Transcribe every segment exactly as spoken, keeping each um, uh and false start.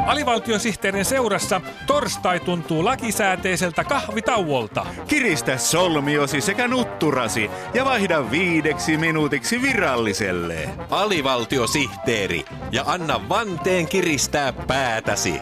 Alivaltiosihteerin seurassa torstai tuntuu lakisääteiseltä kahvitauolta. Kiristä solmiosi sekä nutturasi ja vaihda viideksi minuutiksi viralliselle. Alivaltiosihteeri, ja anna vanteen kiristää päätäsi.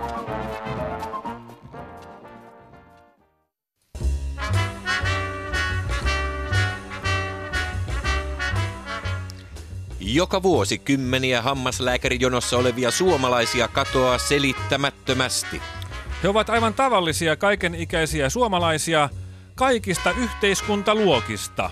Joka vuosi kymmeniä hammaslääkärijonossa olevia suomalaisia katoaa selittämättömästi. He ovat aivan tavallisia kaikenikäisiä suomalaisia kaikista yhteiskuntaluokista.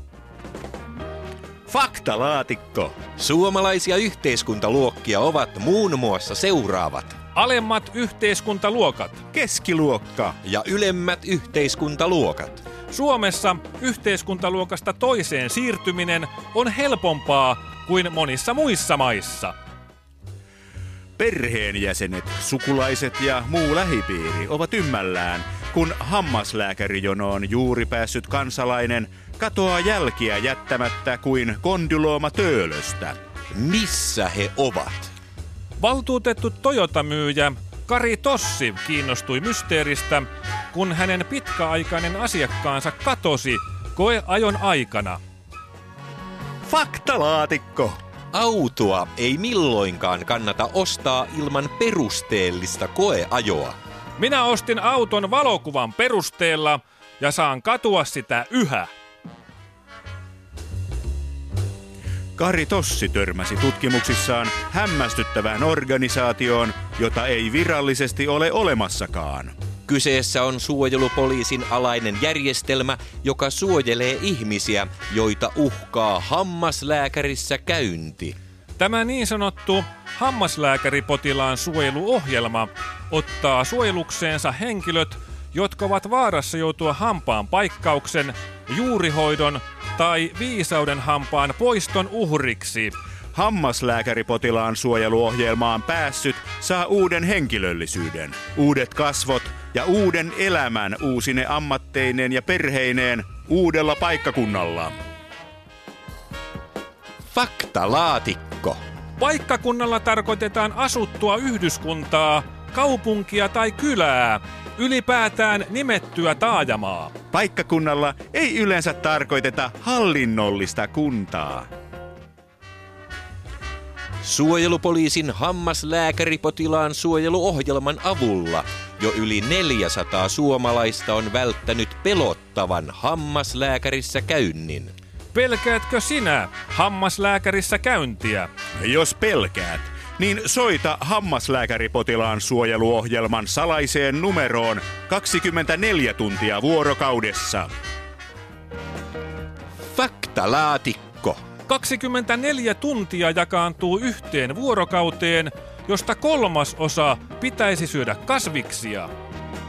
Faktalaatikko. Suomalaisia yhteiskuntaluokkia ovat muun muassa seuraavat. Alemmat yhteiskuntaluokat. Keskiluokka. Ja ylemmät yhteiskuntaluokat. Suomessa yhteiskuntaluokasta toiseen siirtyminen on helpompaa kuin monissa muissa maissa. Perheenjäsenet, sukulaiset ja muu lähipiiri ovat ymmällään, kun hammaslääkärijonoon juuri päässyt kansalainen katoaa jälkiä jättämättä kuin kondylooma töölöstä. Missä he ovat? Valtuutettu Toyota-myyjä Kari Tossi kiinnostui mysteeristä, kun hänen pitkäaikainen asiakkaansa katosi koeajon aikana. Faktalaatikko. Autoa ei milloinkaan kannata ostaa ilman perusteellista koeajoa. Minä ostin auton valokuvan perusteella ja saan katua sitä yhä. Kari Tossi törmäsi tutkimuksissaan hämmästyttävään organisaatioon, jota ei virallisesti ole olemassakaan. Kyseessä on suojelupoliisin alainen järjestelmä, joka suojelee ihmisiä, joita uhkaa hammaslääkärissä käynti. Tämä niin sanottu hammaslääkäripotilaan suojeluohjelma ottaa suojelukseensa henkilöt, jotka ovat vaarassa joutua hampaan paikkauksen, juurihoidon tai viisauden hampaan poiston uhriksi. Hammaslääkäripotilaan suojeluohjelmaan päässyt saa uuden henkilöllisyyden, uudet kasvot ja uuden elämän uusine ammatteineen ja perheineen uudella paikkakunnalla. Faktalaatikko. Paikkakunnalla tarkoitetaan asuttua yhdyskuntaa, kaupunkia tai kylää, ylipäätään nimettyä taajamaa. Paikkakunnalla ei yleensä tarkoiteta hallinnollista kuntaa. Suojelupoliisin hammaslääkäripotilaan suojeluohjelman avulla jo yli neljäsataa suomalaista on välttänyt pelottavan hammaslääkärissä käynnin. Pelkäätkö sinä hammaslääkärissä käyntiä? Jos pelkäät, niin soita hammaslääkäripotilaan suojeluohjelman salaiseen numeroon kaksikymmentäneljä tuntia vuorokaudessa. Faktalaatikko. kaksikymmentäneljä tuntia jakaantuu yhteen vuorokauteen, josta kolmas osa pitäisi syödä kasviksia.